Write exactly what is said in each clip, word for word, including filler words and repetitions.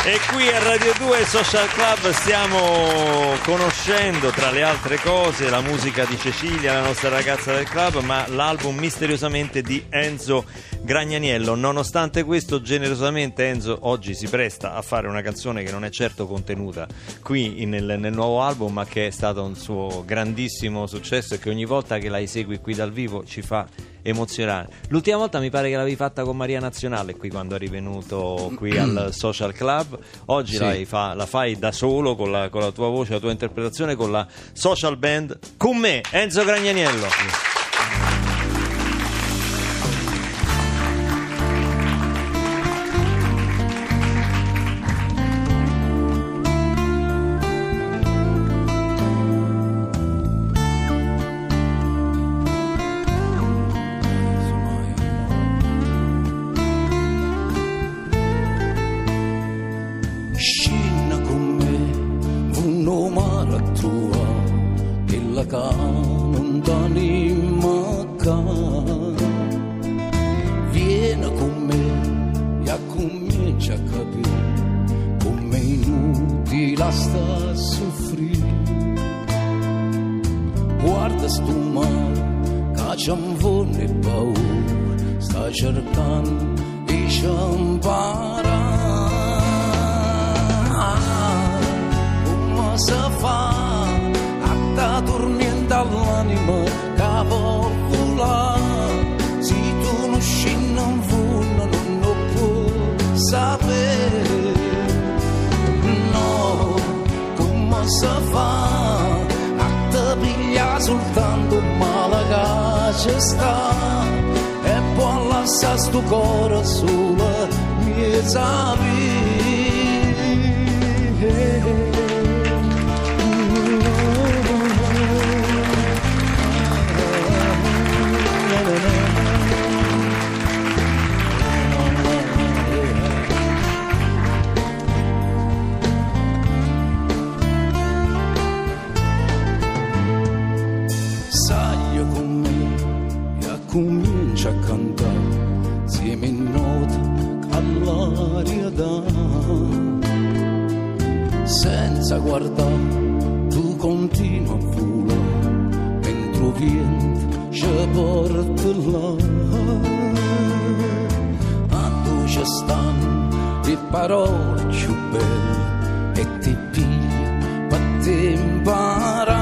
E qui a Radio due Social Club stiamo conoscendo, tra le altre cose, la musica di Cecilia, la nostra ragazza del club, ma l'album misteriosamente di Enzo Gragnaniello. Nonostante questo, generosamente Enzo oggi si presta a fare una canzone che non è certo contenuta qui nel, nel nuovo album, ma che è stato un suo grandissimo successo e che ogni volta che la esegui qui dal vivo ci fa emozionare. L'ultima volta mi pare che l'avevi fatta con Maria Nazionale qui quando eri venuto qui al Social Club. Oggi sì. la, fa, la fai da solo con la, con la tua voce, la tua interpretazione, con la Social Band, con me, Enzo Gragnaniello. Non t'anima ca. Vieni con me e comincia a capire come inutile sta a soffrire. Guarda sto mare che c'è un volo e paura, sta cercando di sciampare. Come si fa dormiendo all'anima che può volare? Se tu non scendi in fondo non lo puoi sapere. No, come si fa a te pigliare soltanto male che ci sta e poi lasciare sto cuore solo mi sapere. Comincia a cantare insieme in nota all'aria da, senza guardare tu continua a volare mentre il vento ci porta là. A tu ci stanno le parole più belle e ti piglia per te imparare.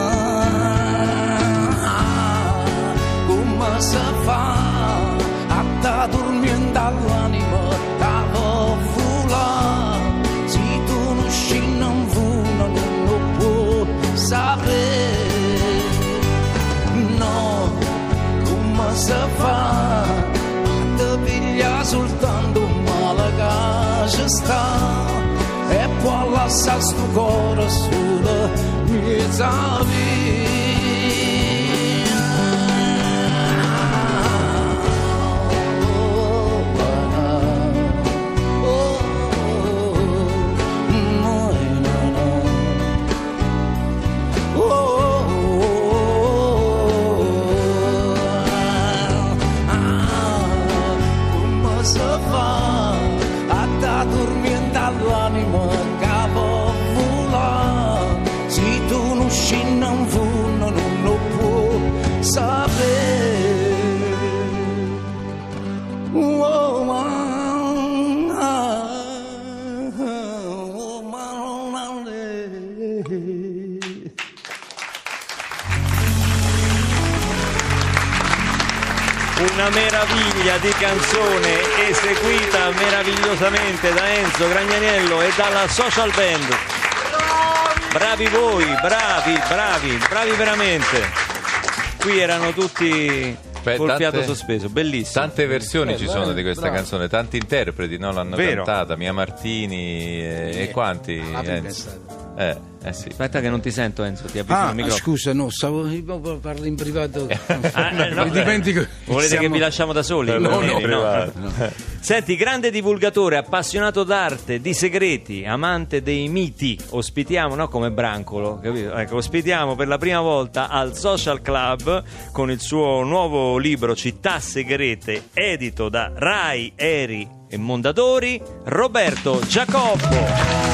Si fa a te dormiendo all'anima da vola, se tu non scendi in fondo non lo puoi sapere. No, come si fa a te pigliare soltanto male che ci sta e poi lasciare sto cuore solo mi sapere. Una meraviglia di canzone eseguita meravigliosamente da Enzo Gragnaniello e dalla Social Band. Bravi voi, bravi, bravi, bravi veramente. Qui erano tutti Beh, col tante, fiato sospeso, bellissimo. Tante versioni eh, ci sono di questa bravo. canzone, tanti interpreti no? L'hanno Vero. cantata, Mia Martini e, e quanti? La Eh, eh sì. Aspetta che non ti sento, Enzo, ti avvicino Ah, il microfono. scusa, no, stavo parlo in privato. Ah, eh, no, Mi dimentico. volete Siamo- che vi lasciamo da soli? No, Neri? no, no. Senti, grande divulgatore, appassionato d'arte, di segreti, amante dei miti, ospitiamo, no, come Brancolo, capito? Ecco, ospitiamo per la prima volta al Social Club con il suo nuovo libro Città Segrete, edito da Rai, Eri e Mondadori, Roberto Giacobbo.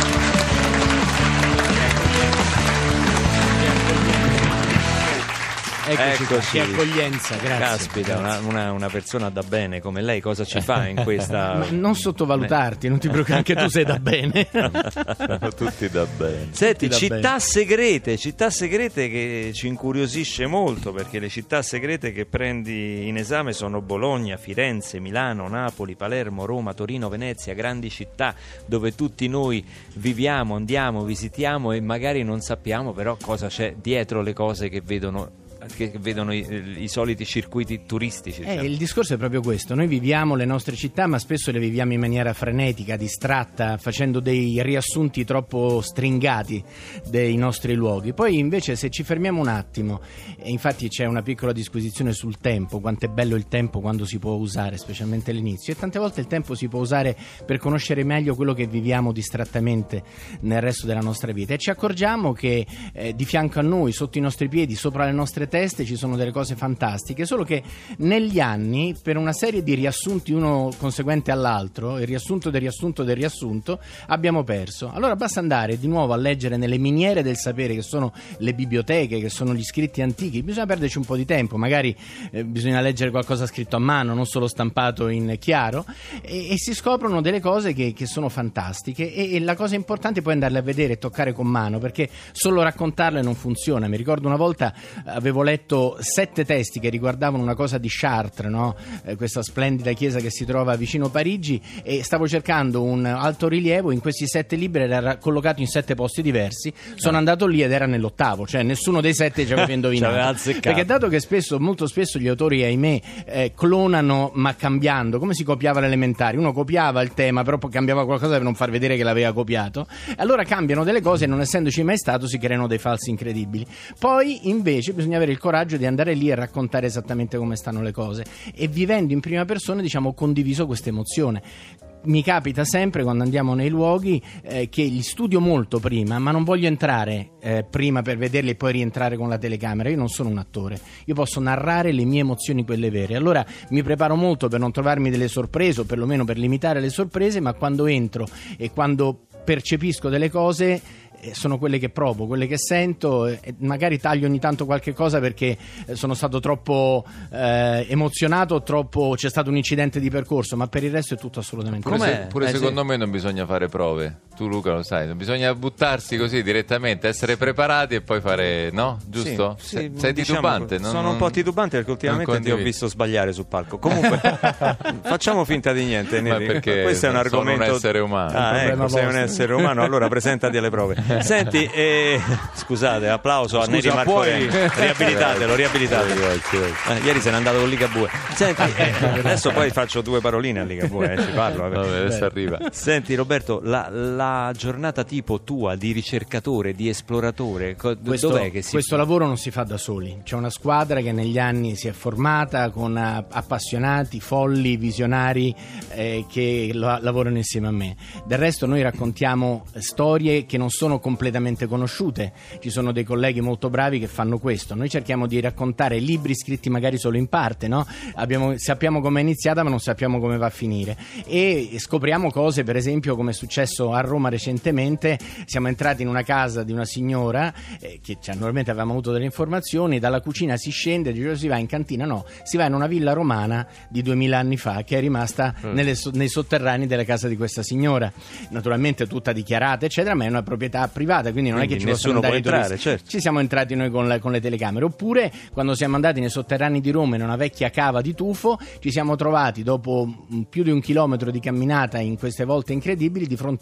Eccoci, qua, Eccoci. che accoglienza, grazie. Caspita, una, una, una persona da bene come lei cosa ci fa in questa... Ma non sottovalutarti, non ti preoccupare, anche tu sei da bene. Siamo tutti da bene. Senti, da città bene. segrete, città segrete che ci incuriosisce molto, perché le città segrete che prendi in esame sono Bologna, Firenze, Milano, Napoli, Palermo, Roma, Torino, Venezia, grandi città dove tutti noi viviamo, andiamo, visitiamo e magari non sappiamo però cosa c'è dietro le cose che vedono che vedono i, i soliti circuiti turistici. Eh, Diciamo. il discorso è proprio questo: noi viviamo le nostre città, ma spesso le viviamo in maniera frenetica, distratta, facendo dei riassunti troppo stringati dei nostri luoghi. Poi invece, se ci fermiamo un attimo, e infatti c'è una piccola disquisizione sul tempo, quanto è bello il tempo quando si può usare, specialmente all'inizio, e tante volte il tempo si può usare per conoscere meglio quello che viviamo distrattamente nel resto della nostra vita, e ci accorgiamo che eh, di fianco a noi, sotto i nostri piedi, sopra le nostre teste ci sono delle cose fantastiche, solo che negli anni, per una serie di riassunti uno conseguente all'altro, il riassunto del riassunto del riassunto, abbiamo perso. Allora basta andare di nuovo a leggere nelle miniere del sapere, che sono le biblioteche, che sono gli scritti antichi. Bisogna perderci un po' di tempo, magari eh, bisogna leggere qualcosa scritto a mano, non solo stampato in chiaro, e, e si scoprono delle cose che, che sono fantastiche, e, e la cosa importante è poi andarle a vedere e toccare con mano, perché solo raccontarle non funziona. Mi ricordo una volta eh, avevo letto sette testi che riguardavano una cosa di Chartres, no? Eh, questa splendida chiesa che si trova vicino Parigi, e stavo cercando un altorilievo. In questi sette libri era collocato in sette posti diversi. Sono Ah. andato lì ed era nell'ottavo, cioè nessuno dei sette ci aveva indovinato. Ci aveva azzeccato. Perché dato che spesso, molto spesso gli autori, ahimè, eh, clonano ma cambiando, come si copiava all'elementare, uno copiava il tema però poi cambiava qualcosa per non far vedere che l'aveva copiato, allora cambiano delle cose e non essendoci mai stato si creano dei falsi incredibili. Poi invece bisogna avere il coraggio di andare lì e raccontare esattamente come stanno le cose, e vivendo in prima persona, diciamo, ho condiviso questa emozione. Mi capita sempre quando andiamo nei luoghi eh, che li studio molto prima, ma non voglio entrare eh, prima per vederli e poi rientrare con la telecamera. Io non sono un attore, io posso narrare le mie emozioni, quelle vere. Allora mi preparo molto per non trovarmi delle sorprese, o perlomeno per limitare le sorprese, ma quando entro e quando percepisco delle cose eh, sono quelle che provo, quelle che sento, e magari taglio ogni tanto qualche cosa perché eh, sono stato troppo eh, emozionato, troppo c'è stato un incidente di percorso, ma per il resto è tutto assolutamente Pure, Com'è? se- pure Eh, secondo me non bisogna fare prove. Tu, Luca, lo sai, non bisogna buttarsi così direttamente, essere preparati e poi fare, no? Giusto? Sì, Se- sì, sei diciamo, titubante? non- sono un po' titubante perché ultimamente non ti ho condividi. visto sbagliare sul palco. Comunque facciamo finta di niente, Ma Neri. perché Questo è un sono argomento. un essere umano. Ah, È un ecco, problema sei un vostro. essere umano, allora presentati alle prove. Senti, eh, scusate, applauso a Scusa, Neri Marco puoi- Renzi. Riabilitatelo, riabilitatelo. Grazie, grazie. Eh, ieri se n'è andato con Ligabue. Senti, eh, adesso poi faccio due paroline a Ligabue, eh, ci parlo. vabbè. Vabbè, adesso arriva. Senti Roberto, la, la giornata tipo tua di ricercatore, di esploratore, co- Questo, dov'è che si questo lavoro non si fa da soli, c'è una squadra che negli anni si è formata con eh, appassionati, folli, visionari eh, che lo- lavorano insieme a me. Del resto noi raccontiamo storie che non sono completamente conosciute, ci sono dei colleghi molto bravi che fanno questo. Noi cerchiamo di raccontare libri scritti magari solo in parte, no? Abbiamo, sappiamo come è iniziata ma non sappiamo come va a finire, e scopriamo cose, per esempio come è successo a Roma recentemente. Siamo entrati in una casa di una signora eh, che cioè, normalmente avevamo avuto delle informazioni, dalla cucina si scende, dice si va in cantina, no, si va in una villa romana di duemila anni fa che è rimasta Mm. nelle so- nei sotterranei della casa di questa signora, naturalmente tutta dichiarata eccetera, ma è una proprietà privata, quindi non Quindi è che ci possono nessuno andare può i turisti. entrare, certo. Ci siamo entrati noi con, la- con le telecamere. Oppure quando siamo andati nei sotterranei di Roma in una vecchia cava di tufo, ci siamo trovati dopo mm, più di un chilometro di camminata in queste volte incredibili di fronte a un lago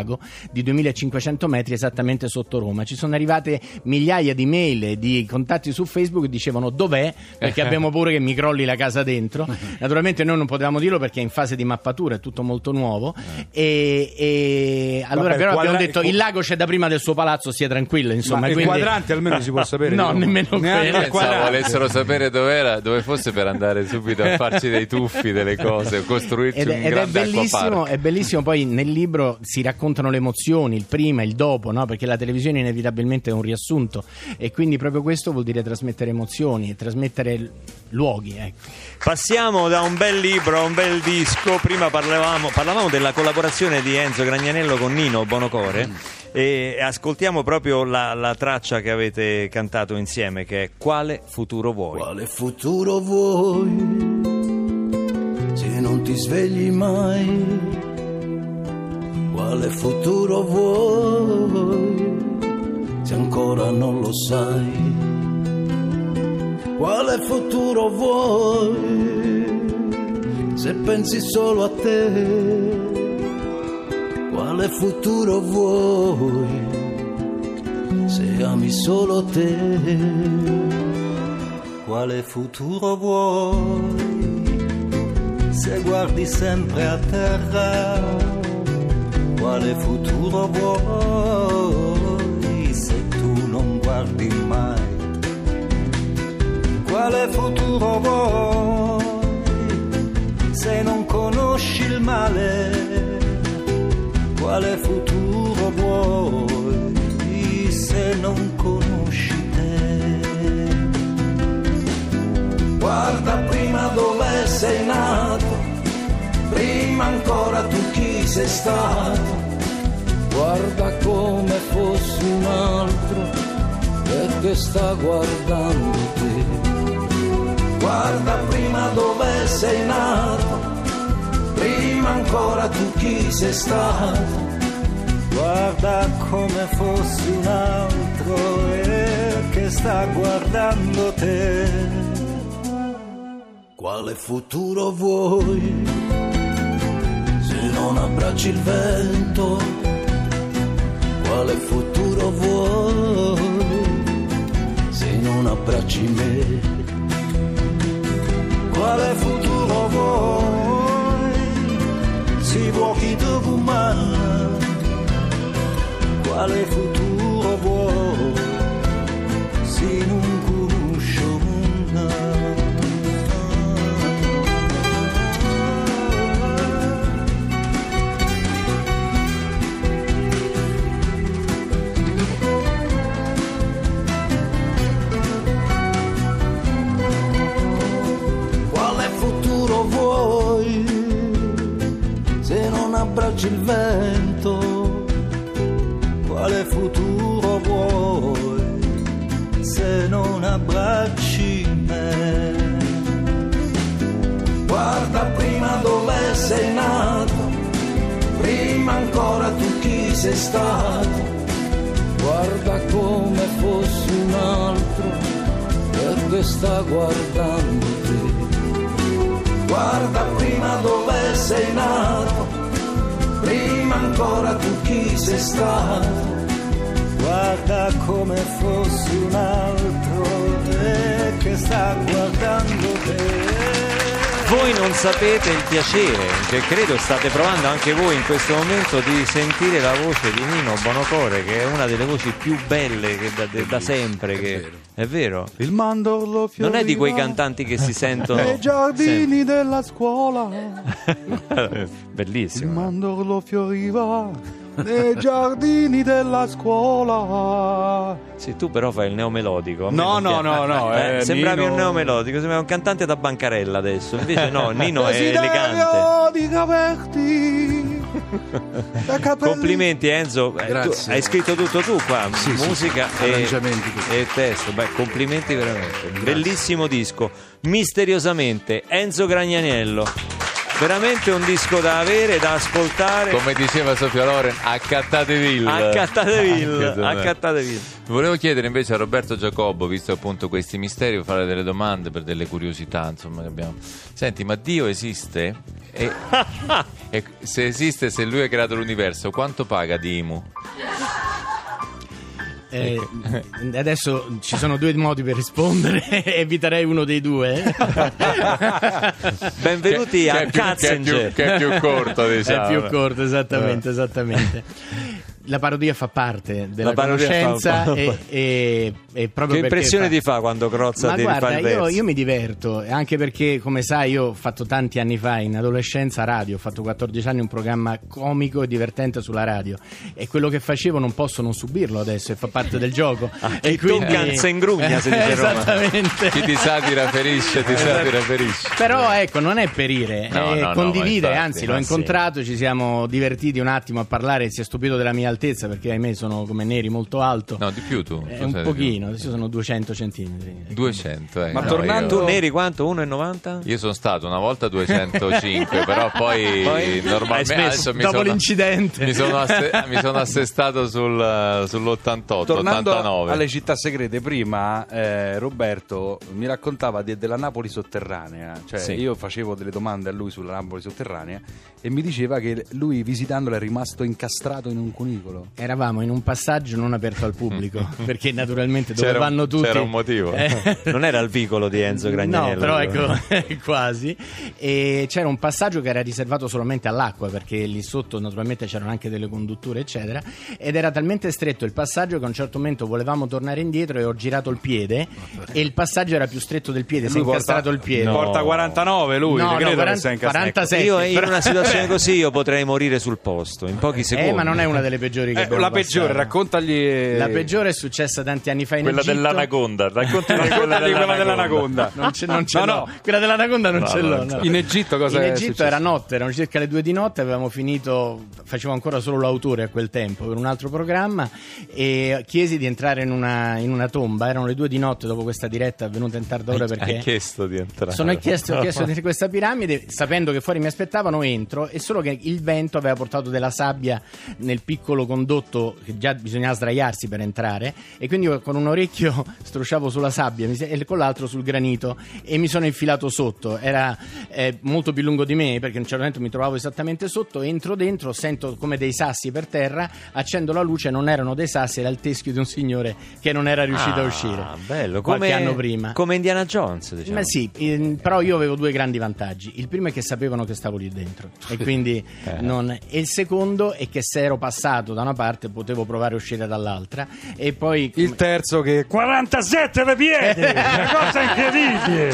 lago di duemilacinquecento metri esattamente sotto Roma. Ci sono arrivate migliaia di mail, di contatti su Facebook che dicevano dov'è, perché abbiamo paura che mi crolli la casa dentro. Naturalmente noi non potevamo dirlo perché è in fase di mappatura, è tutto molto nuovo, e, e allora Vabbè, però abbiamo quadra- detto il il lago c'è da prima del suo palazzo, stia tranquillo, insomma. Ma il quindi... quadrante almeno si può sapere. No, di nemmeno Neanche quello. il Pensavo quadrante. volessero sapere dov'era, dove fosse per andare subito a farci dei tuffi, delle cose, costruirci Ed, un è- ed è grande bellissimo, acquapark. è bellissimo. Poi nel libro si raccontano le emozioni, il prima, il dopo, no? Perché la televisione inevitabilmente è un riassunto, e quindi proprio questo vuol dire trasmettere emozioni e trasmettere l- luoghi, ecco. Passiamo da un bel libro a un bel disco. Prima parlavamo, parlavamo della collaborazione di Enzo Gragnanello con Nino Bonocore, mm. e ascoltiamo proprio la, la traccia che avete cantato insieme, che è Quale futuro vuoi? Quale futuro vuoi se non ti svegli mai? Quale futuro vuoi se ancora non lo sai? Quale futuro vuoi se pensi solo a te? Quale futuro vuoi se ami solo te? Quale futuro vuoi se guardi sempre a terra? Quale futuro vuoi se tu non guardi mai? Quale futuro vuoi se non conosci il male? Quale futuro vuoi se non conosci te? Guarda prima dove sei nato, prima ancora tu chi sei stato. Guarda come fossi un altro perché sta guardando te. Guarda prima dove sei nato, prima ancora tu chi sei stato. Guarda come fossi un altro e che sta guardando te. Quale futuro vuoi se non abbracci il vento? Quale futuro vuoi se non abbracci me? Quale futuro vuoi si vuoi domani? Quale futuro vuoi se non conosci una? Abbracci il vento, quale futuro vuoi se non abbracci me? Guarda prima dove sei nato, prima ancora tu chi sei stato. Guarda come fossi un altro perché sta guardando te. Guarda prima dove sei nato, prima ancora tu chi sei stato. Guarda come fossi un altro e che sta guardando te. Voi non sapete il piacere che credo state provando anche voi in questo momento di sentire la voce di Nino Bonocore, che è una delle voci più belle che da, da sempre. È che, vero. È vero. Il mandorlo fioriva Non è di quei cantanti che si sentono nei giardini sempre. della scuola. Il Bellissimo. mandorlo fioriva nei giardini della scuola. Sì, tu però fai il neomelodico. A me No, non no, piace. no, no, Eh, eh, sembravi Nino- un neomelodico, sembravi un cantante da bancarella adesso. Invece no, Nino è Desiderio elegante. di Caverti, da capelli- Complimenti Enzo. Eh, tu Grazie. hai scritto tutto tu qua, Sì, sì, musica sì, e, arrangiamenti, tutto. e testo. Beh, complimenti veramente. Bellissimo disco. Misteriosamente Enzo Gragnaniello. Veramente un disco da avere, da ascoltare. Come diceva Sofia Loren, accattateville. Accattateville, Anche se- accattateville. Volevo chiedere invece a Roberto Giacobbo, visto appunto questi misteri, fare delle domande per delle curiosità, insomma, che abbiamo. Senti, ma Dio esiste? E E se esiste, se lui ha creato l'universo, quanto paga di I M U? Eh, adesso ci sono due modi per rispondere, eviterei uno dei due. Benvenuti Che- a che è più- Katzinger. che è più- che è più corto, diciamo. È più corto, esattamente, esattamente. La parodia fa parte della La parodia conoscenza fa- e, e, e proprio Che perché impressione fa- ti fa quando Crozza Ma ti guarda, rifà il io, verso? io mi diverto, anche perché, come sai, io ho fatto tanti anni fa in adolescenza radio, ho fatto quattordici anni un programma comico e divertente sulla radio, e quello che facevo non posso non subirlo adesso, e fa parte del gioco. Ah, E chi tocca non se ingrugna, si dice a Roma. Esattamente. Chi ti satira ferisce, ti satira ferisce. Però ecco, non è perire, No, è no, no, condividere, ma infatti, anzi l'ho ma incontrato, ci siamo divertiti un attimo a parlare, si è stupito della mia altezza, perché ahimè sono come Neri molto alto. No, di più tu. È Tu un sei di più. pochino, adesso sono duecento centimetri. duecento, eh. Ma no, tornando- Tu io- Neri quanto? uno e novanta? Io sono stato una volta duecentocinque, però poi, Poi? Hai normalmente smesso? adesso mi Dopo sono, l'incidente. mi sono, asse- mi sono assestato sul, sull'ottantotto, Tornando ottantanove. alle città segrete, prima eh, Roberto mi raccontava di- della Napoli sotterranea, cioè Sì. io facevo delle domande a lui sulla Napoli sotterranea e mi diceva che lui visitandola è rimasto incastrato in un cunicolo. Eravamo in un passaggio non aperto al pubblico, perché naturalmente dove C'era un- vanno tutti c'era un motivo. Eh, Non era il vicolo di Enzo Gragnaniello. no, però ecco, quasi. E c'era un passaggio che era riservato solamente all'acqua, perché lì sotto naturalmente c'erano anche delle condutture eccetera, ed era talmente stretto il passaggio che a un certo momento volevamo tornare indietro e ho girato il piede e il passaggio era più stretto del piede, si è Lui porta- incastrato il piede. No. Porta quarantanove lui, No, ne no, credo quaranta che sia incastrato. quarantasette. Io in però- una situazione così io potrei morire sul posto in pochi secondi. Eh, ma non è una delle peggiori che Eh, abbiamo la peggiore, passato. raccontagli La peggiore è successa tanti anni fa in Quella Egitto. dell'anaconda, raccontami quella Raccontagli quella dell'anaconda. dell'anaconda. Non ce, non ce No, l'ho. no. Quella dell'anaconda non No, ce no, l'ho. non no. In Egitto cosa In è Egitto successo? era notte, erano circa le due di notte, avevamo finito, facevo ancora solo l'autore a quel tempo per un altro programma e chiesi di entrare in una, in una tomba, erano le due di notte dopo questa diretta avvenuta in tarda ora Hai perché chiesto di entrare. sono chiesto, ho chiesto di entrare in questa piramide sapendo che fuori mi aspettavano, entro e solo che il vento aveva portato della sabbia nel piccolo condotto che già bisognava sdraiarsi per entrare e quindi io con un orecchio strusciavo sulla sabbia mi se- e con l'altro sul granito e mi sono infilato sotto, era eh, molto più lungo di me perché in un certo momento mi trovavo esattamente sotto, entro dentro, sento come dei sassi per terra, accendo la luce, non erano dei sassi, era il teschio di un signore che non era riuscito a uscire Ah, bello, qualche come, anno prima. come Indiana Jones, diciamo. Ma sì, ehm, però io avevo due grandi vantaggi. Il primo è che sapevano che stavo lì dentro e quindi non... e il secondo è che se ero passato da una parte potevo provare a uscire dall'altra e poi Il terzo che quarantasette le piedi, una cosa incredibile.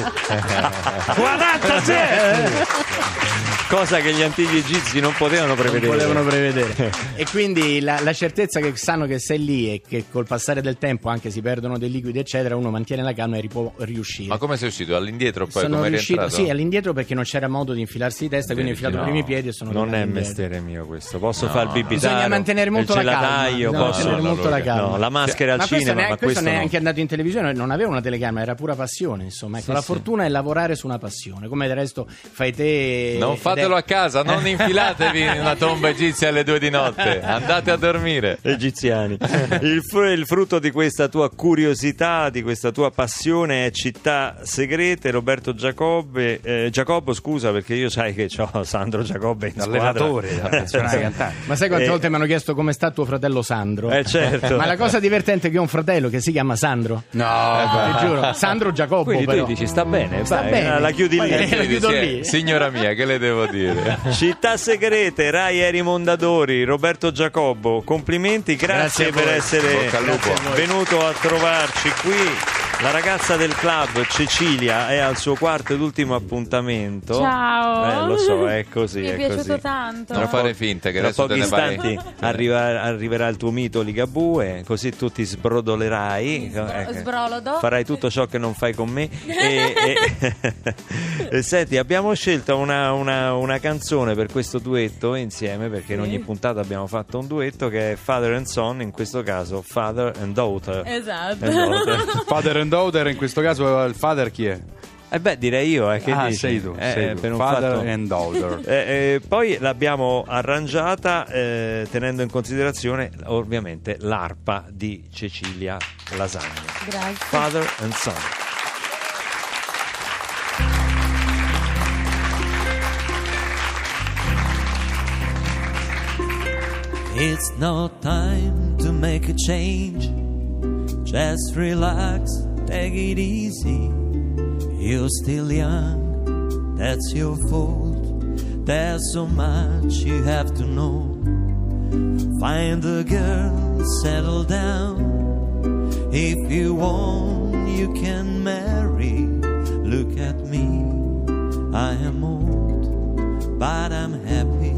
quarantasette! Cosa che gli antichi egizi non potevano non prevedere. volevano prevedere e quindi la, la certezza che sanno che sei lì e che col passare del tempo anche si perdono dei liquidi eccetera, uno mantiene la calma e ripuò riuscire. Ma come sei uscito? All'indietro poi? sono Come è riuscito, rientrato? sì, all'indietro perché non c'era modo di infilarsi di testa, quindi ho infilato no, i primi piedi e sono Non tornato è indietro. mestiere mio questo. Posso No, fare il bibitaro, Bisogna mantenere molto il la calma. gelataio, Bisogna posso... mantenere molto la calma. No, la maschera al ma questo, cinema, ne- ma questo questo ne è no. anche andato in televisione, non aveva una telecamera, era pura passione, insomma. Ecco, Sì, la sì. fortuna è lavorare su una passione, come del resto fai te. Non ed fatelo è- a casa, non infilatevi in una tomba egizia alle due di notte. Andate a dormire. Egiziani. Il, fr- il frutto di questa tua curiosità, di questa tua passione è Città Segrete. Roberto Giacobbe, eh, Giacobbo, scusa, perché io sai che ho Sandro Giacobbe in Allenatore, squadra. affezionato cantante. Ma sai quante Eh, volte mi hanno chiesto come sta tuo fratello Sandro? Eh, certo. Ma la cosa divertente è che ho un fratello che si chiama Sandro. No, Ti giuro, Sandro Giacobbo. Quindi però. tu dici sta bene, Sta vai, bene. la chiudi Poi lì. la chiudo Sì, lì. signora mia, che le devo dire? Città Segrete, Rai Eri Mondadori, Roberto Giacobbo, complimenti, grazie, Grazie a per voi. essere Bocca al lupo. venuto a trovarci qui. La ragazza del club Cecilia è al suo quarto ed ultimo appuntamento. Ciao. Eh, lo so, è così. Mi è è piaciuto così. tanto. Non fare finta che Tra adesso te pochi ne vai. istanti arriva- arriverà il tuo mito Ligabue, così tu ti sbrodolerai, Sbro- ecco, sbrolodo. farai tutto ciò che non fai con me. e, e- e senti, abbiamo scelto una, una- una canzone per questo duetto insieme, perché in ogni puntata abbiamo fatto un duetto che è Father and Son, in questo caso Father and Daughter. Esatto. And daughter. father and daughter, in questo caso il father chi è? Eh beh, direi io, eh, che ah, dici? sei tu, Eh, sei eh, tu. per un Father fatto- and daughter. Eh, eh, poi l'abbiamo arrangiata eh, tenendo in considerazione ovviamente l'arpa di Cecilia Lasagna. Grazie. Father and Son. It's no time to make a change. Just relax, take it easy. You're still young, that's your fault. There's so much you have to know. Find a girl, settle down. If you want, you can marry. Look at me, I am old, but I'm happy.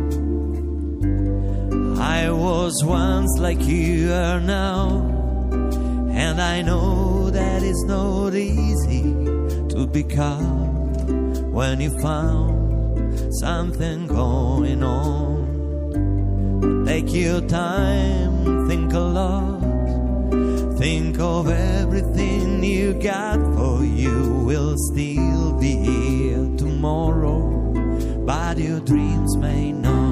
I was once like you are now, and I know that it's not easy to be calm when you found something going on. But take your time, think a lot, think of everything you got, for you will still be here tomorrow, but your dreams may not.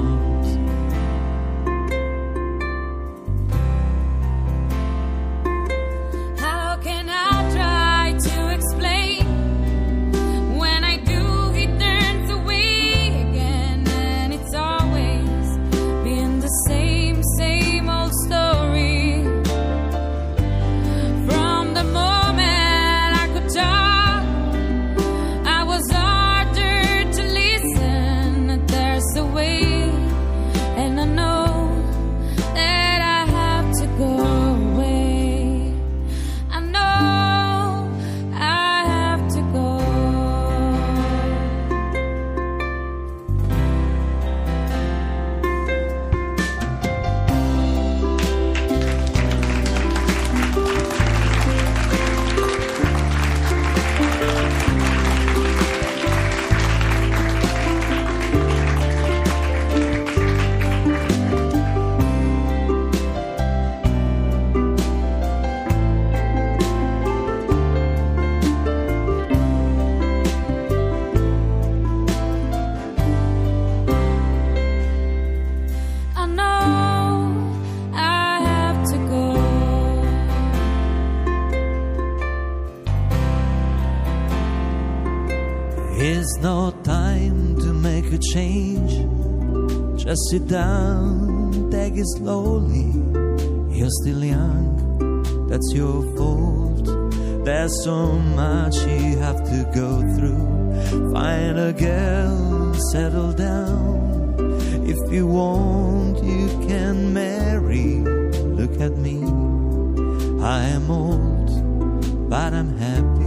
There's no time to make a change. Just sit down, take it slowly. You're still young, that's your fault. There's so much you have to go through. Find a girl, settle down. If you want, you can marry. Look at me, I am old, but I'm happy.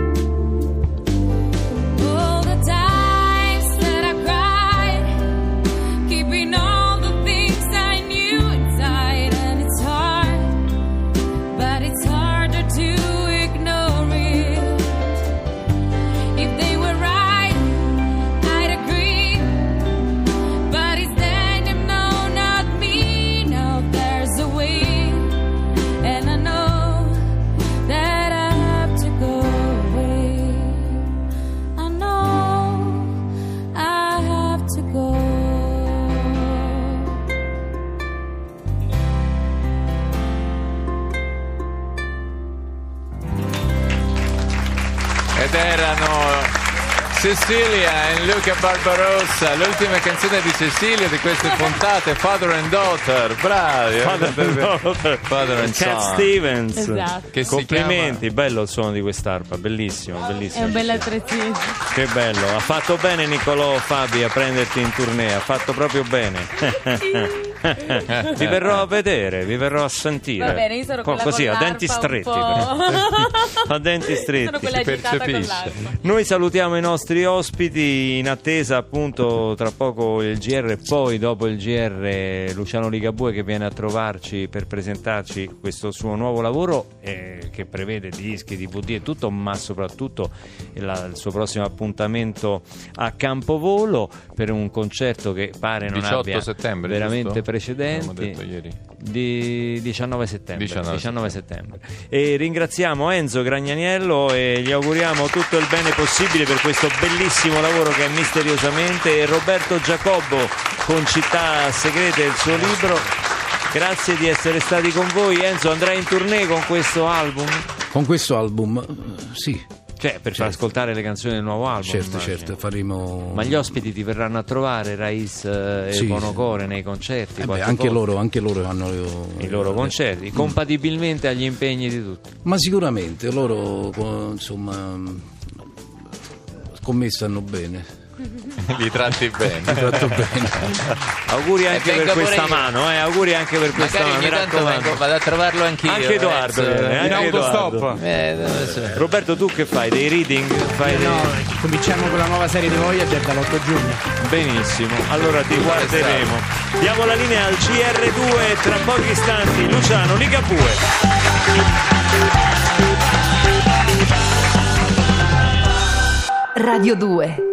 Ed erano Cecilia e Luca Barbarossa, l'ultima canzone di Cecilia di queste puntate, Father and Daughter, bravi. Father and Daughter, Father and Cat Son. Stevens. Esatto. Che si Complimenti, chiama- bello il suono di quest'arpa, bellissimo, bellissimo. È un bel attrezzino. Che bello, ha fatto bene Niccolò Fabi a prenderti in tournée, ha fatto proprio bene. Vi verrò a vedere, vi verrò a sentire. Va bene, io sono Co- quella così con a denti l'arpa un stretti, po'. a denti stretti. Sono quella Si agitata con percepisce. l'arpa. Noi salutiamo i nostri ospiti in attesa appunto tra poco il G R, poi dopo il G R Luciano Ligabue che viene a trovarci per presentarci questo suo nuovo lavoro eh, che prevede dischi, D V D e tutto, ma soprattutto la- il suo prossimo appuntamento a Campovolo per un concerto che pare non diciotto abbia settembre, veramente giusto? precedenti. Abbiamo detto ieri. Di diciannove settembre, diciannove diciannove settembre. E ringraziamo Enzo Gragnaniello e gli auguriamo tutto il bene possibile per questo bellissimo lavoro che è Misteriosamente, e Roberto Giacobbo con Città Segrete, il suo libro. Grazie di essere stati con voi. Enzo, andrai in tournée con questo album? Con questo album, eh, sì. Cioè, per far ascoltare le canzoni del nuovo album. Certo, immagino. certo, faremo... Ma gli ospiti ti verranno a trovare, Rais eh, e Sì, Bonocore, nei concerti? Eh beh, qualche anche, volta? loro, anche loro hanno I loro concerti, compatibilmente agli impegni di tutti. Ma sicuramente loro, co- insomma, con me stanno bene. Li tratti bene. Tratto bene. Auguri anche vengo per questa pure io. mano, eh, auguri anche per questa Magari mano. ogni mi tanto raccomando. vengo, vado a trovarlo anch'io. Anche Edoardo Renzo. viene, In anche autostop. Edoardo. Eh, dove so. Roberto, tu che fai? Dei reading? Fai dei... No, cominciamo con la nuova serie di Voyager dall'otto giugno. Benissimo, allora ti guarderemo. Diamo la linea al C R due tra pochi istanti. Luciano Ligabue. Radio due